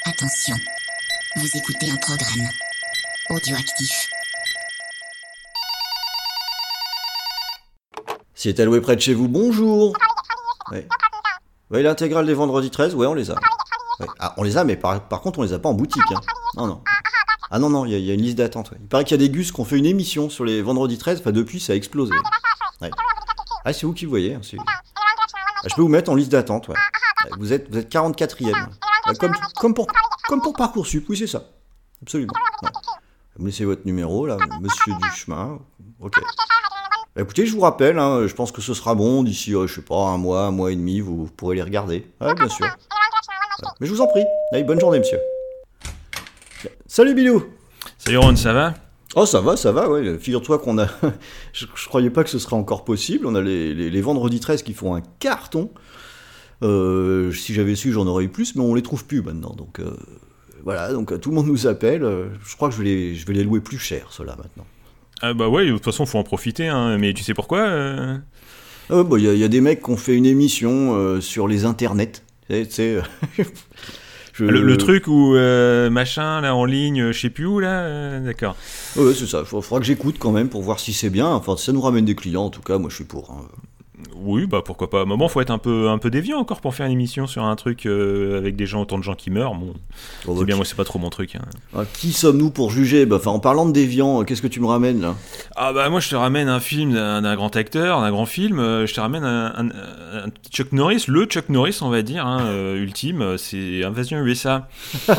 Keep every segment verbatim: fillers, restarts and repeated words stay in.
Attention, vous écoutez un programme audioactif. Si est alloué près de chez vous, bonjour. Ouais. Ouais, l'intégrale des vendredis treize, ouais, on les a. Ouais. Ah, on les a, mais par, par contre, on les a pas en boutique. Hein. Non, non. Ah non, non, il y, y a une liste d'attente. Ouais. Il paraît qu'il y a des gus qui ont fait une émission sur les vendredis treize, enfin depuis, ça a explosé. Ouais. Ah, c'est vous qui voyez. Hein, c'est... Ah, je peux vous mettre en liste d'attente, ouais. Ouais, vous êtes, vous êtes quarante-quatrième. Ouais, comme, comme, pour, comme pour Parcoursup, oui, c'est ça. Absolument. Ouais. Vous me laissez votre numéro, là, monsieur Duchemin. Ok. Bah, écoutez, je vous rappelle, hein, je pense que ce sera bon d'ici, euh, je sais pas, un mois, un mois et demi, vous, vous pourrez les regarder. Ouais, bien sûr. Ouais. Mais je vous en prie. Allez, bonne journée, monsieur. Salut, Bilou. Salut Ron, ça va ? Oh, ça va, ça va, ouais. Figure-toi qu'on a... je, je croyais pas que ce serait encore possible. On a les, les, les vendredis treize qui font un carton. Euh, si j'avais su, j'en aurais eu plus, mais on les trouve plus maintenant. Donc, euh, voilà, donc tout le monde nous appelle. Je crois que je vais les, je vais les louer plus cher, ceux-là, maintenant. Ah bah ouais, de toute façon, faut en profiter, hein. Mais tu sais pourquoi euh... euh, bah, y, y a des mecs qui ont fait une émission euh, sur les internets. Tu sais... Je... Le, le truc où euh, machin là en ligne, je sais plus où là, euh, d'accord. Ouais, c'est ça. Il faudra que j'écoute quand même pour voir si c'est bien. Enfin, ça nous ramène des clients. En tout cas, moi, je suis pour. Hein. Oui, bah pourquoi pas. À un moment, faut être un peu, un peu déviant encore pour faire une émission sur un truc euh, avec des gens, autant de gens qui meurent. Bon, oh, c'est bien, qui... moi, c'est pas trop mon truc. Hein. Ah, qui sommes-nous pour juger ? Bah, enfin, en parlant de déviant, qu'est-ce que tu me ramènes là ? Ah bah moi, je te ramène un film d'un, d'un grand acteur, d'un grand film. Euh, je te ramène un, un, un Chuck Norris, le Chuck Norris, on va dire, hein, euh, ultime. C'est Invasion U S A.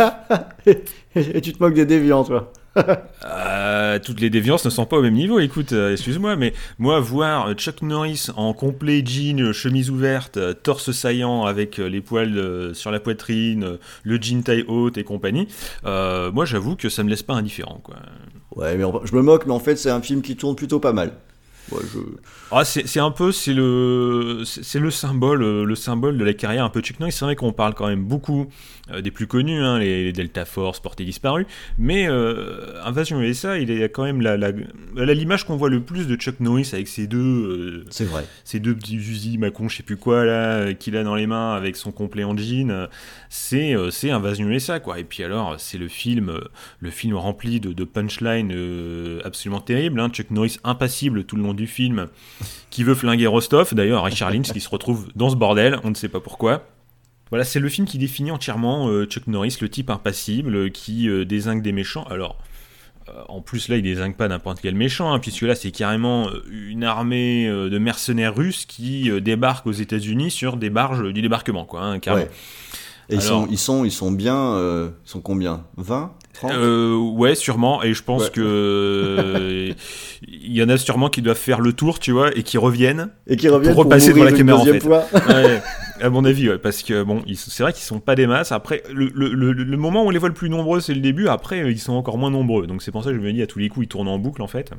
Et tu te moques des déviants, toi ? euh, toutes les déviances ne sont pas au même niveau. Écoute, euh, excuse-moi, mais moi voir Chuck Norris en complet jean, chemise ouverte, torse saillant avec les poils euh, sur la poitrine, euh, le jean taille haute et compagnie, euh, moi j'avoue que ça me laisse pas indifférent, quoi. Ouais, mais on, je me moque, mais en fait c'est un film qui tourne plutôt pas mal. Ouais, je... ah, c'est, c'est un peu c'est le c'est, c'est le symbole le symbole de la carrière un peu Chuck Norris. C'est vrai qu'on parle quand même beaucoup euh, des plus connus, hein, les, les Delta Force, Portés Disparus, mais euh, Invasion U S A, il est quand même la, la, la l'image qu'on voit le plus de Chuck Norris avec ses deux euh, c'est vrai ces deux petits fusils Macon je sais plus quoi là qu'il a dans les mains avec son complet en jean, c'est euh, c'est Invasion U S A, quoi. Et puis alors c'est le film le film rempli de, de punchlines euh, absolument terribles, hein. Chuck Norris impassible tout le long du film, qui veut flinguer Rostov, d'ailleurs Richard Lynch qui se retrouve dans ce bordel, on ne sait pas pourquoi. Voilà, c'est le film qui définit entièrement euh, Chuck Norris, le type impassible euh, qui euh, dézingue des méchants. Alors, euh, en plus là, il dézingue pas n'importe quel méchant, hein, puisque là, c'est carrément une armée euh, de mercenaires russes qui euh, débarquent aux États-Unis sur des barges du débarquement, quoi, hein, carrément. Ouais. Et Alors, ils, sont, ils, sont, ils sont bien... Euh, ils sont combien ? vingt ? trente ? euh, Ouais, sûrement. Et je pense ouais. que... Euh, il y en a sûrement qui doivent faire le tour, tu vois, et qui reviennent. Et qui reviennent pour repasser pour devant la caméra, en fait. Ouais, à mon avis, ouais, parce que, bon, ils, c'est vrai qu'ils sont pas des masses. Après, le, le, le, le moment où on les voit le plus nombreux, c'est le début. Après, ils sont encore moins nombreux. Donc c'est pour ça que je me dis, à tous les coups, ils tournent en boucle, en fait.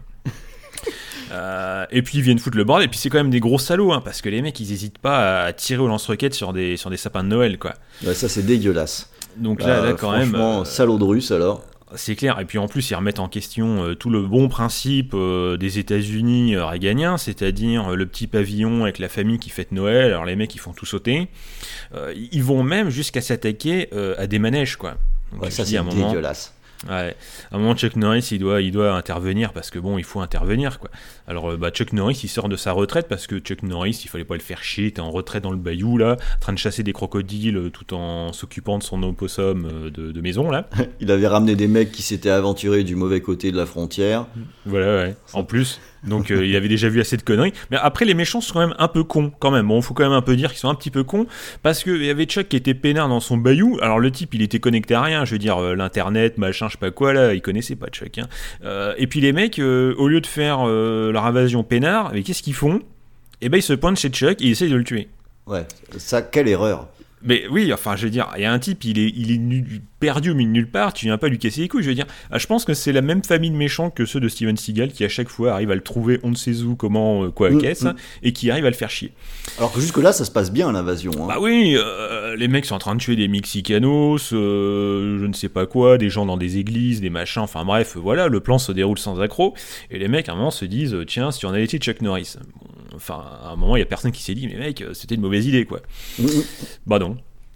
Euh, et puis ils viennent foutre le bordel, et puis c'est quand même des gros salauds, hein, parce que les mecs ils hésitent pas à tirer au lance-roquettes sur des, sur des sapins de Noël, quoi. Ouais, ça c'est dégueulasse. Donc là, euh, là quand même. Franchement, euh, salaud de russe alors. C'est clair, et puis en plus ils remettent en question euh, tout le bon principe euh, des États-Unis euh, réganiens, c'est-à-dire euh, le petit pavillon avec la famille qui fête Noël, alors les mecs ils font tout sauter. Euh, ils vont même jusqu'à s'attaquer euh, à des manèges, quoi. Donc, ouais, ça dis, c'est à un moment, dégueulasse. Ouais, à un moment Chuck Norris il doit, il doit intervenir parce que bon il faut intervenir, quoi. Alors bah, Chuck Norris il sort de sa retraite parce que Chuck Norris il fallait pas le faire chier, il était en retraite dans le bayou là, en train de chasser des crocodiles tout en s'occupant de son opossum de, de maison là. Il avait ramené des mecs qui s'étaient aventurés du mauvais côté de la frontière. Voilà, ouais, en plus. Donc euh, il avait déjà vu assez de conneries. Mais après les méchants sont quand même un peu cons quand même. Bon, faut quand même un peu dire qu'ils sont un petit peu cons parce qu'il y avait Chuck qui était peinard dans son bayou. Alors le type il était connecté à rien, je veux dire euh, l'internet, machin, je sais pas quoi là, il connaissait pas Chuck. Hein. Euh, et puis les mecs, euh, au lieu de faire euh, leur invasion peinard, mais qu'est-ce qu'ils font ? Eh ben ils se pointent chez Chuck et ils essayent de le tuer. Ouais, ça quelle erreur. Mais oui, enfin, je veux dire, il y a un type, il est, il est nu- perdu au milieu de nulle part, tu viens pas lui casser les couilles, je veux dire. Ah, je pense que c'est la même famille de méchants que ceux de Steven Seagal qui, à chaque fois, arrive à le trouver on ne sait où, comment, euh, quoi, mmh, qu'est-ce, mmh. et qui arrive à le faire chier. Alors que jusque-là, ça se passe bien, l'invasion. Hein. Bah oui, euh, les mecs sont en train de tuer des Mexicanos, euh, je ne sais pas quoi, des gens dans des églises, des machins, enfin bref, voilà, le plan se déroule sans accroc, et les mecs, à un moment, se disent, tiens, si on avait été Chuck Norris. Bon, enfin, à un moment, il y a personne qui s'est dit, mais mec, c'était une mauvaise idée, quoi. Mmh. Bah non.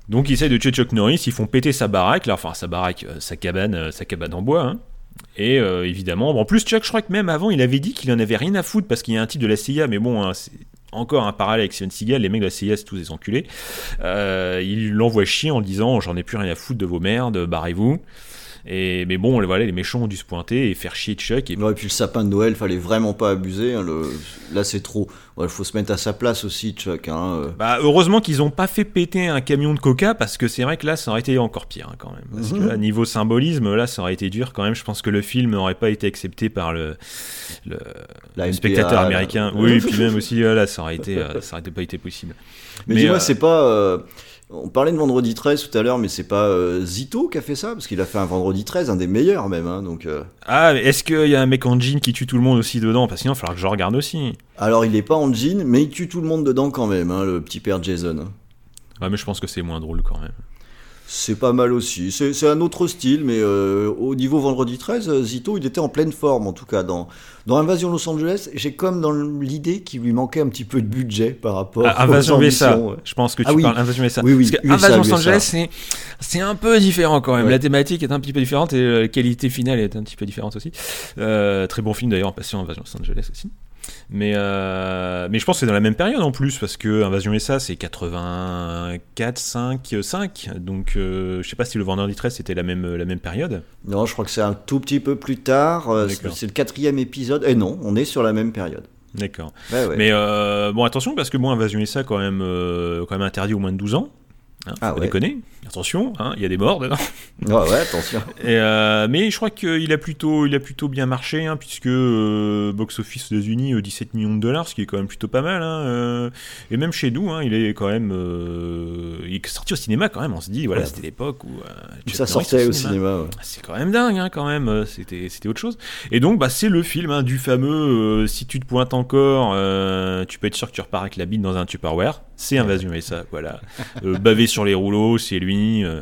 Donc ils essayent de tuer Chuck Norris, ils font péter sa baraque, là, enfin sa baraque, euh, sa cabane, euh, sa cabane en bois. Hein. Et euh, évidemment, bon, en plus Chuck, je crois que même avant, il avait dit qu'il en avait rien à foutre parce qu'il y a un type de la C I A, mais bon, hein, c'est encore un parallèle avec Steven Seagal, les mecs de la C I A, c'est tous des enculés. Euh, il l'envoie chier en disant, j'en ai plus rien à foutre de vos merdes, barrez-vous. Et, mais bon, voilà, les méchants ont dû se pointer et faire chier Chuck. Et... Ouais, et puis le sapin de Noël, fallait vraiment pas abuser. Hein, le... Là, c'est trop. Il ouais, faut se mettre à sa place aussi, Chuck. Hein, euh... bah, heureusement qu'ils ont pas fait péter un camion de coca, parce que c'est vrai que là, ça aurait été encore pire hein, quand même. Parce mm-hmm. que là, niveau symbolisme, là, ça aurait été dur quand même. Je pense que le film n'aurait pas été accepté par le, le, le spectateur américain. Là. Oui, et puis même aussi, là, ça aurait été, ça aurait pas été possible. Mais, mais dis-moi, euh... c'est pas. Euh... On parlait de Vendredi treize tout à l'heure, mais c'est pas euh, Zito qui a fait ça, parce qu'il a fait un Vendredi treize, un des meilleurs même. Hein, donc, euh... Ah, mais est-ce qu'il y a un mec en jean qui tue tout le monde aussi dedans? Parce que sinon, il va falloir que je regarde aussi. Alors, il est pas en jean, mais il tue tout le monde dedans quand même, hein, le petit père Jason. Hein. Ouais, mais je pense que c'est moins drôle quand même. C'est pas mal aussi. C'est, c'est un autre style, mais euh, au niveau Vendredi treize, Zito, il était en pleine forme, en tout cas. Dans, dans Invasion Los Angeles, j'ai comme dans l'idée qu'il lui manquait un petit peu de budget par rapport ah, Invasion U S A. Ouais. Je pense que tu ah, oui. parles Invasion U S A. Oui, oui, Parce que U S A, Invasion U S A. Los Angeles, c'est, c'est un peu différent quand même. Ouais. La thématique est un petit peu différente et la qualité finale est un petit peu différente aussi. Euh, très bon film d'ailleurs, en passant Invasion Los Angeles aussi. Mais, euh, mais je pense que c'est dans la même période en plus, parce que Invasion U S A c'est quatre-vingt-quatre, cinq, cinq, donc euh, je sais pas si le Vendredi treize c'était la même, la même période. Non, je crois que c'est un tout petit peu plus tard, c'est, c'est le quatrième épisode, et non, on est sur la même période. D'accord. Ouais, ouais. Mais euh, bon, attention, parce que bon, Invasion U S A quand même, euh, quand même interdit au moins de douze ans. Hein, faut ah pas ouais. déconner, attention, il hein, y a des morts dedans. Ouais, ouais, attention. Et euh, mais je crois qu'il a plutôt, il a plutôt bien marché, hein, puisque euh, box-office aux États-Unis, euh, dix-sept millions de dollars, ce qui est quand même plutôt pas mal. Hein, euh, et même chez nous, hein, il est quand même, euh, il est sorti au cinéma quand même. On se dit, voilà, ouais. C'était l'époque où euh, ça sortait au cinéma. cinéma ouais. C'est quand même dingue, hein, quand même. C'était, c'était autre chose. Et donc, bah, c'est le film hein, du fameux. Euh, si tu te pointes encore, euh, tu peux être sûr que tu repars avec la bite dans un Tupperware. C'est Invasion U S A, voilà. Euh, bavé sur les rouleaux, c'est lui. Euh,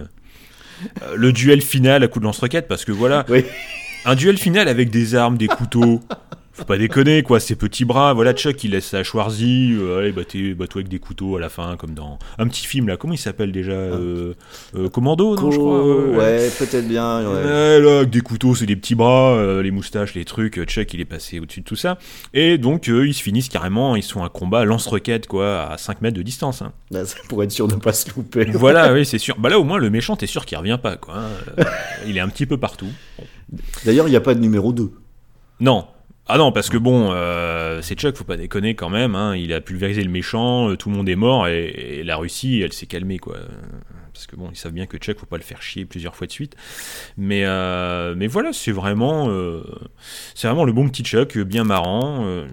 euh, le duel final à coup de lance-roquette, parce que voilà, oui. Un duel final avec des armes, des couteaux. Faut pas déconner, quoi, ses petits bras. Voilà, Chuck, il laisse à Schwarzy. Euh, allez, battez, battez avec des couteaux à la fin, comme dans un petit film, là. Comment il s'appelle déjà euh, euh, Commando, Co- non, je crois. Ouais, ouais peut-être bien. Ouais. Ouais, là, avec des couteaux, c'est des petits bras, euh, les moustaches, les trucs. Chuck, il est passé au-dessus de tout ça. Et donc, euh, ils se finissent carrément, ils sont un combat lance-roquette, quoi, à cinq mètres de distance. Hein. Là, c'est pour être sûr de ne pas se louper. Voilà, oui, c'est sûr. Bah là, au moins, le méchant, t'es sûr qu'il revient pas, quoi. Hein. Il est un petit peu partout. Bon. D'ailleurs, il n'y a pas de numéro deux. Non. Ah non, parce que bon, euh, c'est Chuck, faut pas déconner quand même, hein, il a pulvérisé le méchant, euh, tout le monde est mort, et, et la Russie, elle s'est calmée, quoi. Parce que bon, ils savent bien que Chuck, faut pas le faire chier plusieurs fois de suite. Mais, euh, mais voilà, c'est vraiment, euh, c'est vraiment le bon petit Chuck, bien marrant. Euh,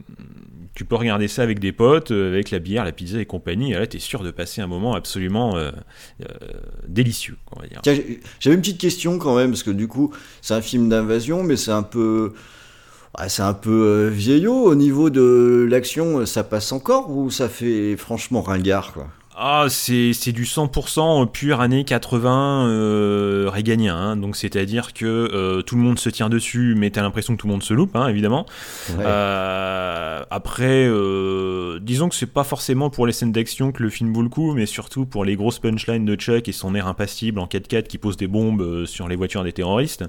tu peux regarder ça avec des potes, avec la bière, la pizza et compagnie, et là, t'es sûr de passer un moment absolument euh, euh, délicieux, on va dire. Tiens, j'avais une petite question quand même, parce que du coup, c'est un film d'invasion, mais c'est un peu... Ah, c'est un peu euh, vieillot au niveau de l'action, ça passe encore ou ça fait franchement ringard quoi? Ah, c'est, c'est du cent pour cent pur années quatre-vingts euh, réganien, hein. Donc c'est-à-dire que euh, tout le monde se tire dessus, mais t'as l'impression que tout le monde se loupe, hein, évidemment. Ouais. Euh, après, euh, disons que c'est pas forcément pour les scènes d'action que le film vaut le coup, mais surtout pour les grosses punchlines de Chuck et son air impassible en quatre quatre qui pose des bombes sur les voitures des terroristes.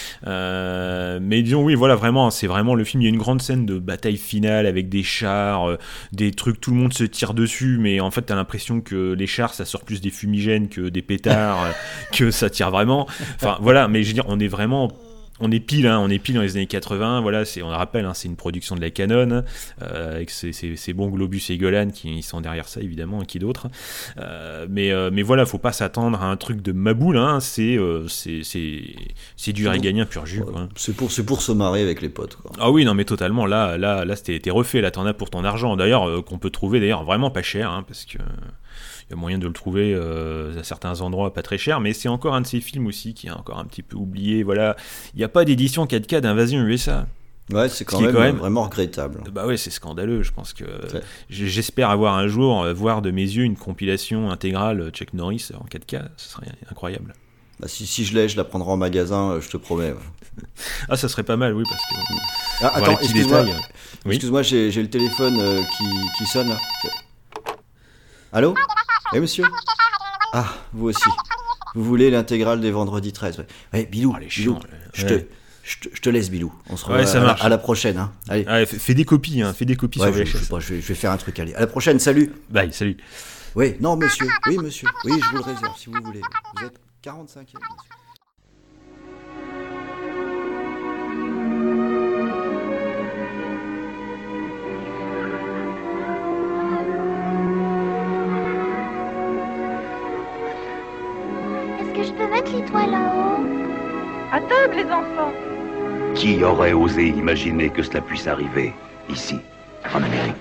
Euh, mais disons, oui, voilà, vraiment, c'est vraiment le film. Il y a une grande scène de bataille finale avec des chars, euh, des trucs, tout le monde se tire dessus, mais en fait, t'as l'impression que les chars ça sort plus des fumigènes que des pétards, que ça tire vraiment. Enfin voilà, mais je veux dire, on est vraiment, on est pile, hein, on est pile dans les années quatre-vingts. Voilà, c'est, on le rappelle, hein, c'est une production de la Canon euh, avec ces, ces, ces bons Globus et Golan qui sont derrière ça évidemment, et qui d'autres. Euh, mais euh, mais voilà, faut pas s'attendre à un truc de maboule. Hein, c'est euh, c'est c'est c'est du réganien pur jus. Quoi. C'est pour c'est pour se marrer avec les potes. Quoi. Ah oui, non mais totalement. Là là là, c'était t'es refait. Là, t'en as pour ton argent. D'ailleurs, euh, qu'on peut trouver d'ailleurs vraiment pas cher, hein, parce que il y a moyen de le trouver euh, à certains endroits pas très cher, mais c'est encore un de ces films aussi qui est encore un petit peu oublié. Voilà, il n'y a pas d'édition quatre K d'Invasion U S A. Ouais, c'est quand même, quand même vraiment regrettable. Bah ouais, c'est scandaleux. Je pense que ouais. J'espère avoir un jour euh, voir de mes yeux une compilation intégrale Chuck Norris en quatre K. Ce serait incroyable. Bah, si, si je l'ai, je la prendrai en magasin, je te promets. Ouais. Ah, ça serait pas mal, oui, parce que. Ah, attends, excuse-moi, détails, oui. excuse-moi, j'ai, j'ai le téléphone euh, qui, qui sonne là. Allô ? Eh, monsieur ? Ah, vous aussi. Vous voulez l'intégrale des vendredis treize, ouais. Ouais, Bilou, Oh, les Bilou, chiants, je, ouais. te, je, te, je te laisse, Bilou. On se revoit Ouais, ça à, la- marche. à la prochaine. Hein. Allez. Ouais, fais, fais des copies, hein, fais des copies Ouais, sur je, V H je, S. sais pas, je, vais, je vais faire un truc, allez. À la prochaine, salut. Bye, salut. Oui, non, monsieur. Oui, monsieur. Oui, je vous le réserve si vous voulez. Vous êtes quarante-cinquième, monsieur. Est-ce que je peux mettre l'étoile en haut? À table, les enfants. Qui aurait osé imaginer que cela puisse arriver, ici, en Amérique?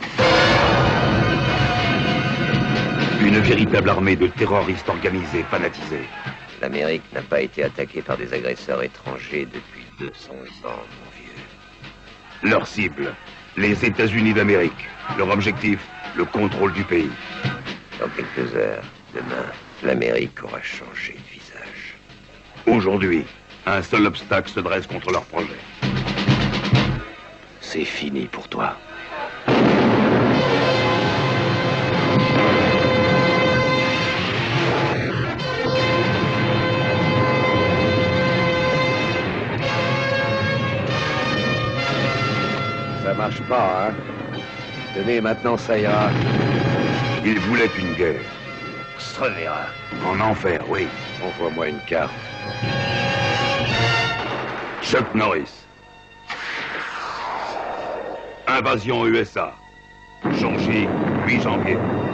Une véritable armée de terroristes organisés, fanatisés. L'Amérique n'a pas été attaquée par des agresseurs étrangers depuis deux cents ans, mon vieux. Leur cible, les États-Unis d'Amérique. Leur objectif, le contrôle du pays. Dans quelques heures, demain, l'Amérique aura changé de visage. Aujourd'hui, un seul obstacle se dresse contre leur projet. C'est fini pour toi. Ça marche pas, hein? Tenez, maintenant ça ira. Ils voulaient une guerre. Se verra. En enfer, oui. Envoie-moi une carte. Chuck Norris. Invasion U S A. Changé, huit janvier.